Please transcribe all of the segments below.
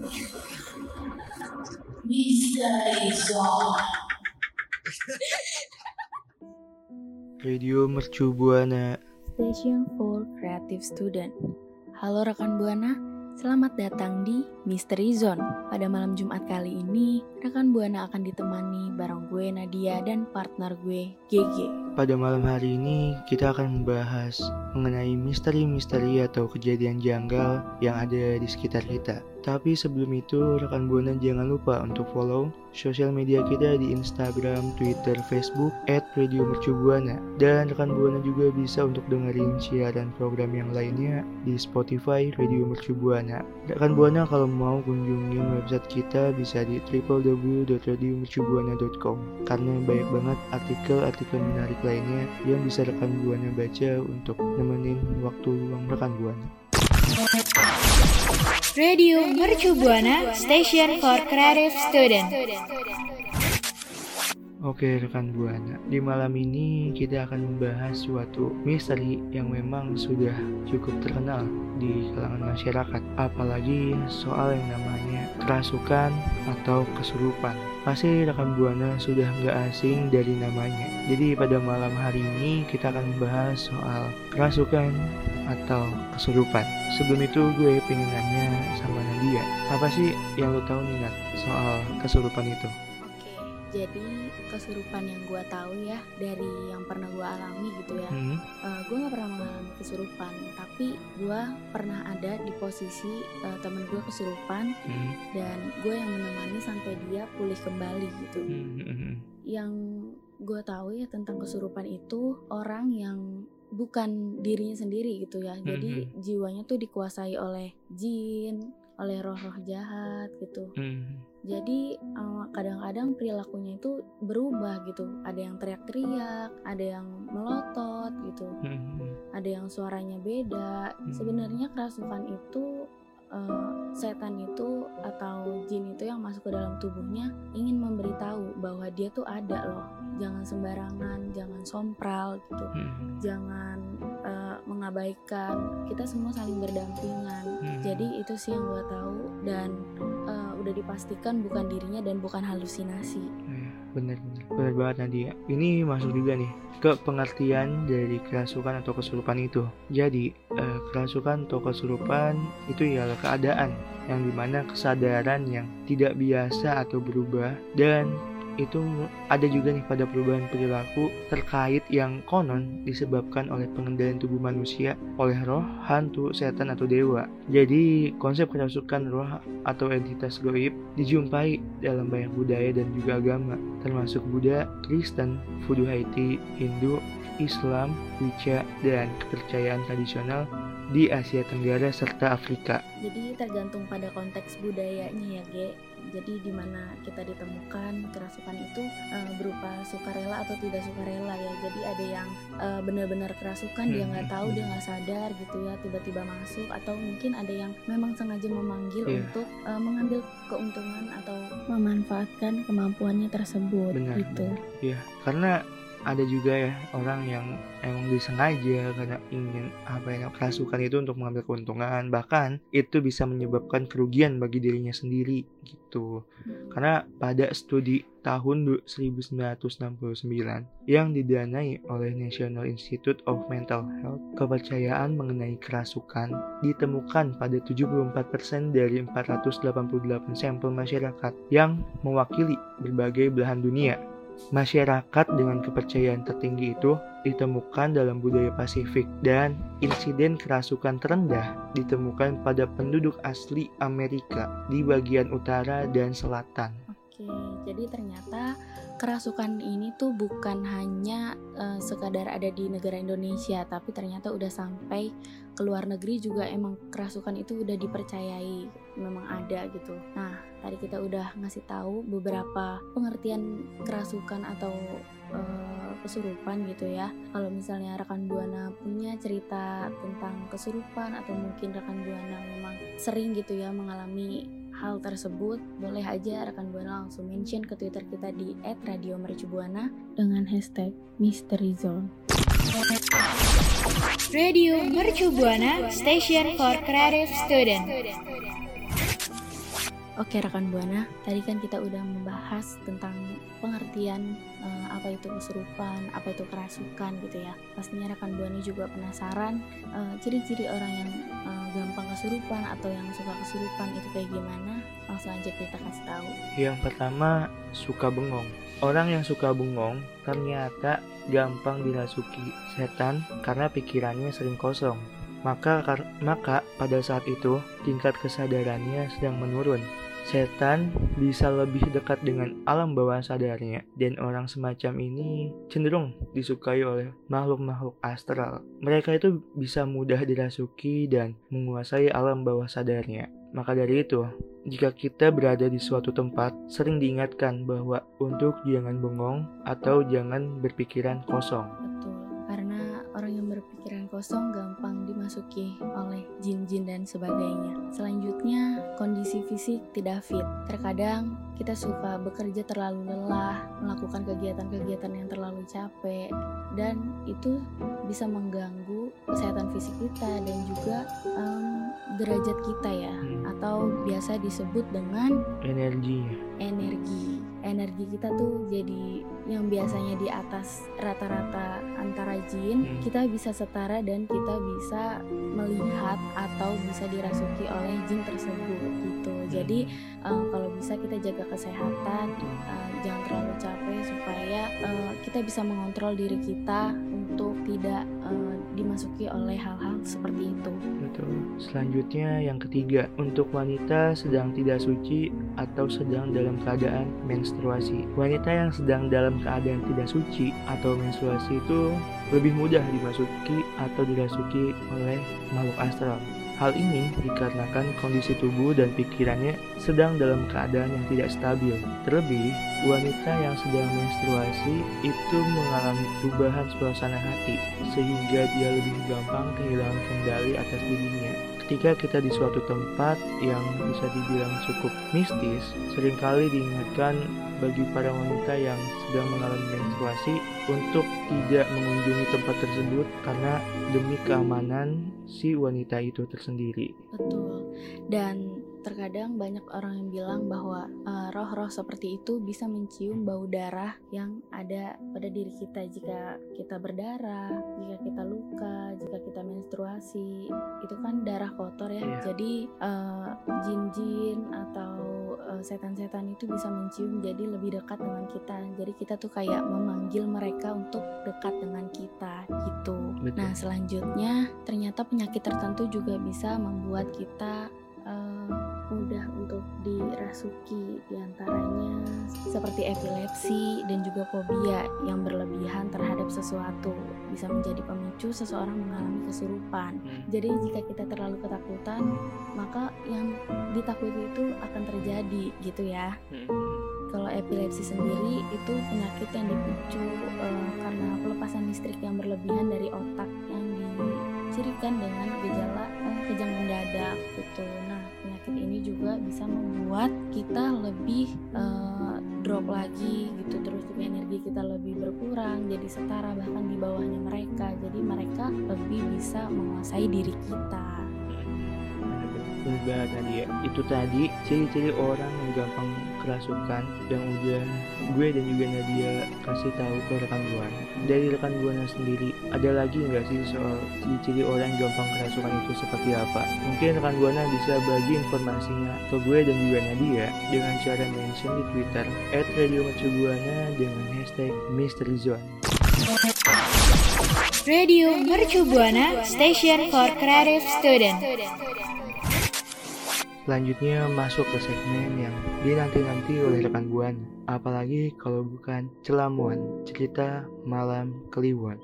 Misteri Zone. Radio Mercu Buana. Station for Creative Student. Halo rekan Buana, selamat datang di Misteri Zone. Pada malam Jumat kali ini, rekan Buana akan ditemani bareng gue Nadia dan partner gue GG. Pada malam hari ini kita akan membahas mengenai misteri-misteri atau kejadian janggal yang ada di sekitar kita. Tapi sebelum itu, rekan Buana jangan lupa untuk follow sosial media kita di Instagram, Twitter, Facebook @radiomercubuana. Dan rekan Buana juga bisa untuk dengerin siaran program yang lainnya di Spotify Radio Mercubuana. Rekan Buana kalau mau kunjungin website kita bisa di www.radiomercubuana.com karena banyak banget artikel-artikel menarik lainnya yang bisa rekan Buana baca untuk nemenin waktu luang rekan Buana. Radio Mercu Buana, Station for Creative Student. Oke rekan Buana, di malam ini kita akan membahas suatu misteri yang memang sudah cukup terkenal di kalangan masyarakat, apalagi soal yang namanya kerasukan atau kesurupan. Pasti rekan Buana sudah nggak asing dari namanya. Jadi pada malam hari ini kita akan membahas soal kerasukan atau kesurupan. Sebelum itu gue pengen nanya sama Nadia, apa sih yang lo tahu nih Nat soal kesurupan itu? Jadi kesurupan yang gue tahu ya dari yang pernah gue alami gitu ya. Gue nggak pernah mengalami kesurupan, tapi gue pernah ada di posisi temen gue kesurupan dan gue yang menemani sampai dia pulih kembali gitu. Yang gue tahu ya tentang kesurupan itu orang yang bukan dirinya sendiri gitu ya. Jadi jiwanya tuh dikuasai oleh jin, oleh roh-roh jahat gitu. Jadi kadang-kadang perilakunya itu berubah gitu. Ada yang teriak-teriak, ada yang melotot gitu, ada yang suaranya beda. Sebenarnya kerasukan itu setan itu atau jin itu yang masuk ke dalam tubuhnya ingin memberitahu bahwa dia tuh ada loh. Jangan sembarangan, jangan sompral gitu, jangan mengabaikan. Kita semua saling berdampingan. Jadi itu sih yang gue tahu dan udah dipastikan bukan dirinya dan bukan halusinasi. Bener banget Nadia. Ini masuk juga nih ke pengertian dari kerasukan atau kesurupan itu. Jadi kerasukan atau kesurupan itu ialah keadaan yang dimana kesadaran yang tidak biasa atau berubah, dan itu ada juga nih pada perubahan perilaku terkait yang konon disebabkan oleh pengendalian tubuh manusia oleh roh, hantu, setan atau dewa. Jadi konsep kerasukan roh atau entitas gaib dijumpai dalam banyak budaya dan juga agama, termasuk Buddha, Kristen, Voodoo Haiti, Hindu, Islam, Wicca, dan kepercayaan tradisional di Asia Tenggara serta Afrika. Jadi tergantung pada konteks budayanya ya, Ge. Jadi di mana kita ditemukan kerasukan itu berupa sukarela atau tidak sukarela ya. Jadi ada yang benar-benar kerasukan, dia nggak tahu, dia nggak sadar gitu ya, tiba-tiba masuk, atau mungkin ada yang memang sengaja memanggil untuk mengambil keuntungan atau memanfaatkan kemampuannya tersebut. Benar, gitu. Ya, karena ada juga ya orang yang emang disengaja karena ingin kerasukan itu untuk mengambil keuntungan, bahkan itu bisa menyebabkan kerugian bagi dirinya sendiri gitu. Karena pada studi tahun 1969 yang didanai oleh National Institute of Mental Health, kepercayaan mengenai kerasukan ditemukan pada 74% dari 488 sampel masyarakat yang mewakili berbagai belahan dunia. Masyarakat dengan kepercayaan tertinggi itu ditemukan dalam budaya Pasifik, dan insiden kerasukan terendah ditemukan pada penduduk asli Amerika di bagian utara dan selatan. Oke, jadi ternyata kerasukan ini tuh bukan hanya sekadar ada di negara Indonesia, tapi ternyata udah sampai ke luar negeri juga. Emang kerasukan itu udah dipercayai, memang ada gitu. Nah, tadi kita udah ngasih tahu beberapa pengertian kerasukan atau kesurupan gitu ya. Kalau misalnya rekan Buana punya cerita tentang kesurupan atau mungkin rekan Buana memang sering gitu ya mengalami hal tersebut, boleh aja rekan Buana langsung mention ke Twitter kita di @radiomercubuana dengan hashtag Misteri Zone. Radio Mercu Buana, Station for Creative Student. Oke rekan Buana, tadi kan kita udah membahas tentang pengertian apa itu kesurupan, apa itu kerasukan gitu ya. Pastinya rekan Buana juga penasaran ciri-ciri orang yang gampang kesurupan atau yang suka kesurupan itu kayak gimana. Langsung aja kita kasih tahu. Yang pertama, suka bengong. Orang yang suka bengong ternyata gampang dirasuki setan karena pikirannya sering kosong. Maka pada saat itu tingkat kesadarannya sedang menurun. Setan bisa lebih dekat dengan alam bawah sadarnya, dan orang semacam ini cenderung disukai oleh makhluk-makhluk astral. Mereka itu bisa mudah dirasuki dan menguasai alam bawah sadarnya. Maka dari itu, jika kita berada di suatu tempat, sering diingatkan bahwa untuk jangan bengong atau jangan berpikiran kosong. Betul, karena orang yang berpikiran kosong gampang dimasuki oleh jin-jin dan sebagainya. Selanjutnya, kondisi fisik tidak fit. Terkadang kita suka bekerja terlalu lelah, melakukan kegiatan-kegiatan yang terlalu capek, dan itu bisa mengganggu kesehatan fisik kita dan juga derajat kita ya, atau biasa disebut dengan energi kita tuh jadi yang biasanya di atas rata-rata antara jin, kita bisa setara dan kita bisa melihat atau bisa dirasuki oleh jin tersebut gitu. Jadi kalau bisa kita jaga kesehatan, jangan terlalu capek supaya kita bisa mengontrol diri kita untuk tidak dimasuki oleh hal-hal seperti itu. Betul. Selanjutnya yang ketiga, untuk wanita sedang tidak suci atau sedang dalam keadaan menstruasi. Wanita yang sedang dalam keadaan tidak suci atau menstruasi itu lebih mudah dimasuki atau dirasuki oleh makhluk astral. Hal ini dikarenakan kondisi tubuh dan pikirannya sedang dalam keadaan yang tidak stabil. Terlebih, wanita yang sedang menstruasi itu mengalami perubahan suasana hati, sehingga dia lebih gampang kehilangan kendali atas dirinya. Ketika kita di suatu tempat yang bisa dibilang cukup mistis, seringkali diingatkan bagi para wanita yang sedang mengalami menstruasi untuk tidak mengunjungi tempat tersebut karena demi keamanan si wanita itu tersendiri. Betul. Dan terkadang banyak orang yang bilang bahwa roh-roh seperti itu bisa mencium bau darah yang ada pada diri kita jika kita berdarah, jika kita luka, jika kita menstruasi. Itu kan darah kotor ya. Yeah. Jadi jin-jin atau setan-setan itu bisa mencium jadi lebih dekat dengan kita. Jadi kita tuh kayak memanggil mereka untuk dekat dengan kita gitu. Betul. Nah selanjutnya ternyata penyakit tertentu juga bisa membuat kita mudah untuk dirasuki, diantaranya seperti epilepsi dan juga fobia yang berlebihan terhadap sesuatu bisa menjadi pemicu seseorang mengalami kesurupan. Jadi jika kita terlalu ketakutan, maka yang ditakuti itu akan terjadi gitu ya. Kalau epilepsi sendiri itu penyakit yang dipicu karena pelepasan listrik yang berlebihan dari otak yang dicirikan dengan gejala kejang mendadak gitu. Nah, penyakit ini juga bisa membuat kita lebih drop lagi gitu, terus juga energi kita lebih berkurang, jadi setara bahkan di bawahnya mereka. Jadi mereka lebih bisa menguasai diri kita. Benar tadi ya. Itu tadi ciri-ciri orang yang gampang kerasukan yang udah gue dan juga Nadia kasih tahu ke rekan Buana. Dari rekan Buana sendiri, ada lagi nggak sih soal ciri-ciri orang yang gampang kerasukan itu seperti apa? Mungkin rekan Buana bisa bagi informasinya ke gue dan juga Nadia dengan cara mention di Twitter @radiomercubuana dengan hashtag #MysteryZone. Radio Mercu Buana, Station for Creative Student. Selanjutnya masuk ke segmen yang dinanti-nanti oleh rekan Buana. Apalagi kalau bukan Celamuan, cerita malam Kliwon.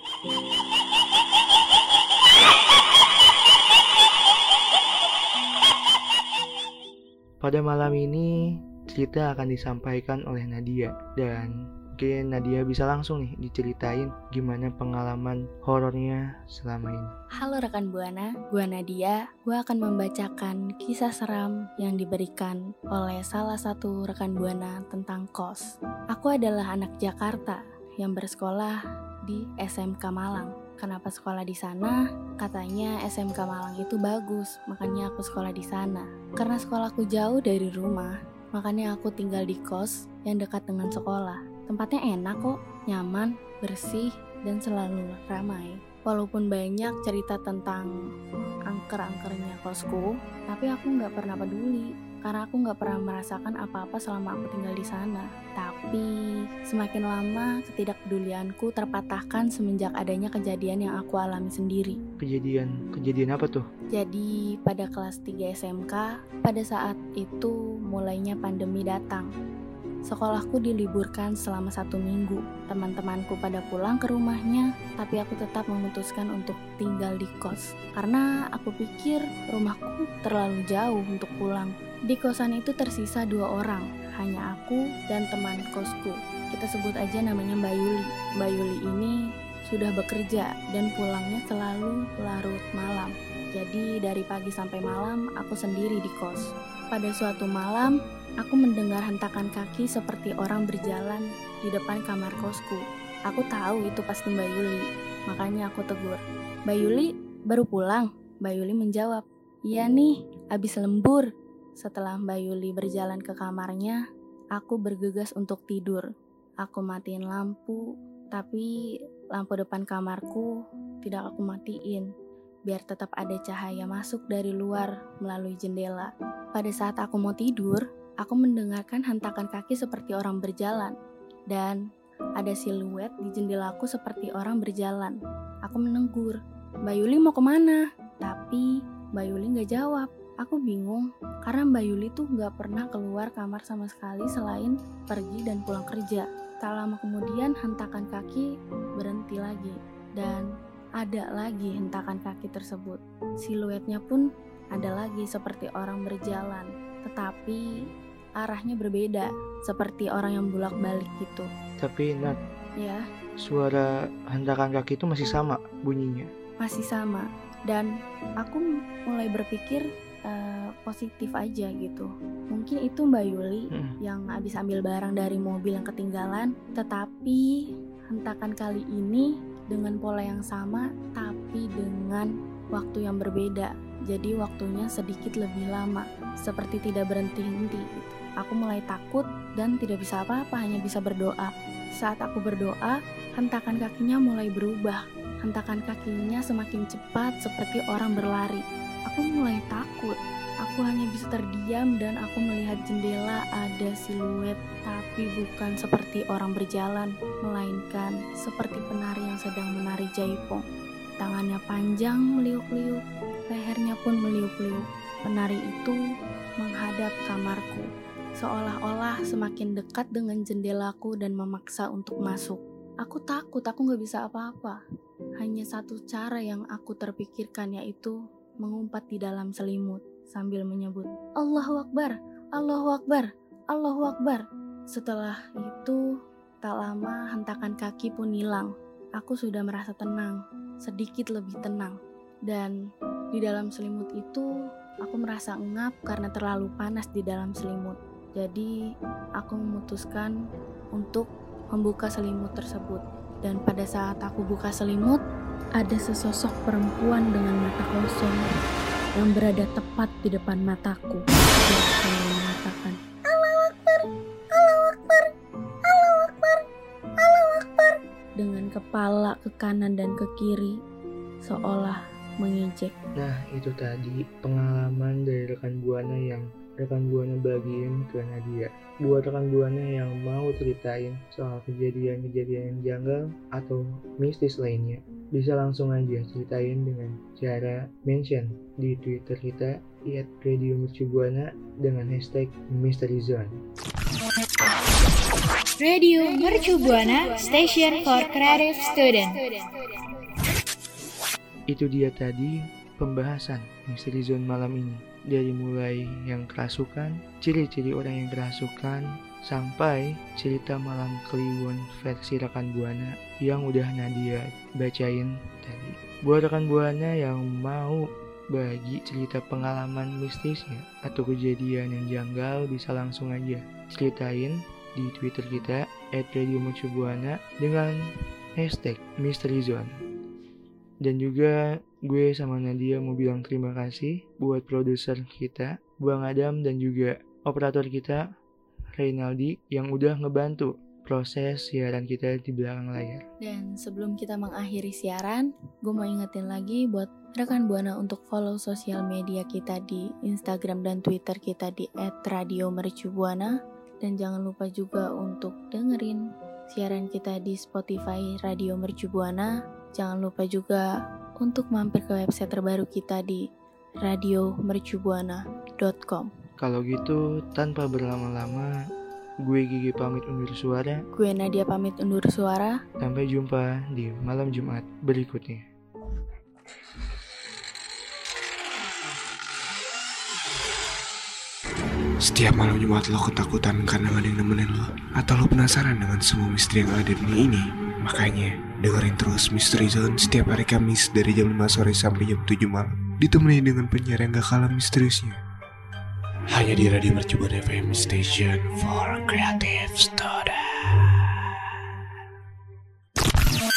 Pada malam ini cerita akan disampaikan oleh Nadia, dan mungkin Nadia bisa langsung nih diceritain gimana pengalaman horornya selama ini. Halo rekan Buana, gue Nadia. Gue akan membacakan kisah seram yang diberikan oleh salah satu rekan Buana tentang kos. Aku adalah anak Jakarta yang bersekolah di SMK Malang. kenapa sekolah di sana. Katanya SMK Malang itu bagus, makanya aku sekolah di sana. Karena sekolahku jauh dari rumah, makanya aku tinggal di kos yang dekat dengan sekolah. Tempatnya enak kok, nyaman, bersih, dan selalu ramai. Walaupun banyak cerita tentang angker-angkernya kosku, tapi aku nggak pernah peduli. Karena aku nggak pernah merasakan apa-apa selama aku tinggal di sana. Tapi semakin lama ketidakpedulianku terpatahkan semenjak adanya kejadian yang aku alami sendiri. Kejadian apa tuh? Jadi pada kelas 3 SMK, pada saat itu mulainya pandemi datang. Sekolahku diliburkan selama 1 minggu. Teman-temanku pada pulang ke rumahnya, tapi aku tetap memutuskan untuk tinggal di kos. Karena aku pikir rumahku terlalu jauh untuk pulang. Di kosan itu tersisa 2 orang, hanya aku dan teman kosku. Kita sebut aja namanya Mbak Yuli. Mbak Yuli ini sudah bekerja dan pulangnya selalu larut malam. Jadi dari pagi sampai malam aku sendiri di kos. Pada suatu malam, aku mendengar hentakan kaki seperti orang berjalan di depan kamar kosku. Aku tahu itu pasti Mbak Yuli, makanya aku tegur. Mbak Yuli, baru pulang? Mbak Yuli menjawab, iya nih, abis lembur. Setelah Mbak Yuli berjalan ke kamarnya, aku bergegas untuk tidur. Aku matiin lampu, tapi lampu depan kamarku tidak aku matiin, biar tetap ada cahaya masuk dari luar melalui jendela. Pada saat aku mau tidur, aku mendengarkan hentakan kaki seperti orang berjalan, dan ada siluet di jendelaku seperti orang berjalan. Aku menegur, Mbak Yuli mau kemana? Tapi Mbak Yuli gak jawab. Aku bingung, karena Mbak Yuli tuh gak pernah keluar kamar sama sekali selain pergi dan pulang kerja. Tak lama kemudian hentakan kaki berhenti lagi, dan ada lagi hentakan kaki tersebut. Siluetnya pun ada lagi seperti orang berjalan, tetapi arahnya berbeda, seperti orang yang bolak-balik gitu. Tapi Nat, ya, suara hentakan kaki itu masih sama bunyinya? Masih sama, dan aku mulai berpikir positif aja gitu. Mungkin itu Mbak Yuli yang habis ambil barang dari mobil yang ketinggalan, tetapi hentakan kali ini dengan pola yang sama tapi dengan waktu yang berbeda. Jadi waktunya sedikit lebih lama, seperti tidak berhenti-henti gitu. Aku mulai takut dan tidak bisa apa-apa, hanya bisa berdoa. Saat aku berdoa, hentakan kakinya mulai berubah. Hentakan kakinya semakin cepat seperti orang berlari. Aku mulai takut. Aku hanya bisa terdiam dan aku melihat jendela ada siluet, tapi bukan seperti orang berjalan, melainkan seperti penari yang sedang menari jaipong. Tangannya panjang meliuk-liuk, lehernya pun meliuk-liuk. Penari itu menghadap kamarku, seolah-olah semakin dekat dengan jendelaku dan memaksa untuk masuk. Aku takut, aku gak bisa apa-apa. Hanya satu cara yang aku terpikirkan, yaitu mengumpat di dalam selimut sambil menyebut, Allahu Akbar, Allahu Akbar, Allahu Akbar. Setelah itu, tak lama hentakan kaki pun hilang. Aku sudah merasa tenang, sedikit lebih tenang. Dan di dalam selimut itu, aku merasa engap karena terlalu panas di dalam selimut. Jadi, aku memutuskan untuk membuka selimut tersebut. Dan pada saat aku buka selimut, ada sesosok perempuan dengan mata kosong yang berada tepat di depan mataku. Dia sambil mengatakan, Allahu Akbar, Allahu Akbar, Allahu Akbar, Allahu Akbar, dengan kepala ke kanan dan ke kiri, seolah mengejek. Nah, itu tadi pengalaman dari rekan Buana bagiin ke Nadia. Buat rekan Buana yang mau ceritain soal kejadian-kejadian yang janggal atau mistis lainnya, bisa langsung aja ceritain dengan cara mention di Twitter kita @radiomercubuana dengan hashtag #MysteryZone. Radio Mercu Buana, Station for Creative Student. Itu dia tadi pembahasan Misteri Zone malam ini. Dari mulai yang kerasukan, ciri-ciri orang yang kerasukan, sampai cerita malam kliwon versi rekan Buana yang udah Nadia bacain tadi. Buat rekan Buana yang mau bagi cerita pengalaman mistisnya atau kejadian yang janggal, bisa langsung aja ceritain di Twitter kita @radiomercubuana dengan hashtag Mystery Zone. Dan juga gue sama Nadia mau bilang terima kasih buat produser kita, Bang Adam, dan juga operator kita, Reynaldi, yang udah ngebantu proses siaran kita di belakang layar. Dan sebelum kita mengakhiri siaran, gue mau ingetin lagi buat rekan Buana untuk follow sosial media kita di Instagram dan Twitter kita di @radiomercubuana. Dan jangan lupa juga untuk dengerin siaran kita di Spotify Radio Mercu Buana. Jangan lupa juga untuk mampir ke website terbaru kita di radiomercubuana.com. Kalau gitu, tanpa berlama-lama, gue Gigi pamit undur suara. Gue Nadia pamit undur suara. Sampai jumpa di malam Jumat berikutnya. Setiap malam Jumat lo ketakutan karena gak ada yang nemenin lo, atau lo penasaran dengan semua misteri yang ada di dunia ini? Makanya dengerin terus Mystery Zone setiap hari Kamis dari jam 5 sore sampai jam 7 malam, ditemani dengan penyiar yang gak kalah misteriusnya. Hanya di Radio Mercu Buana FM Station for Creative Student.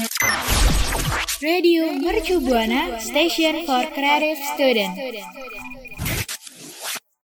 Radio Mercu Buana Station for Creative Student.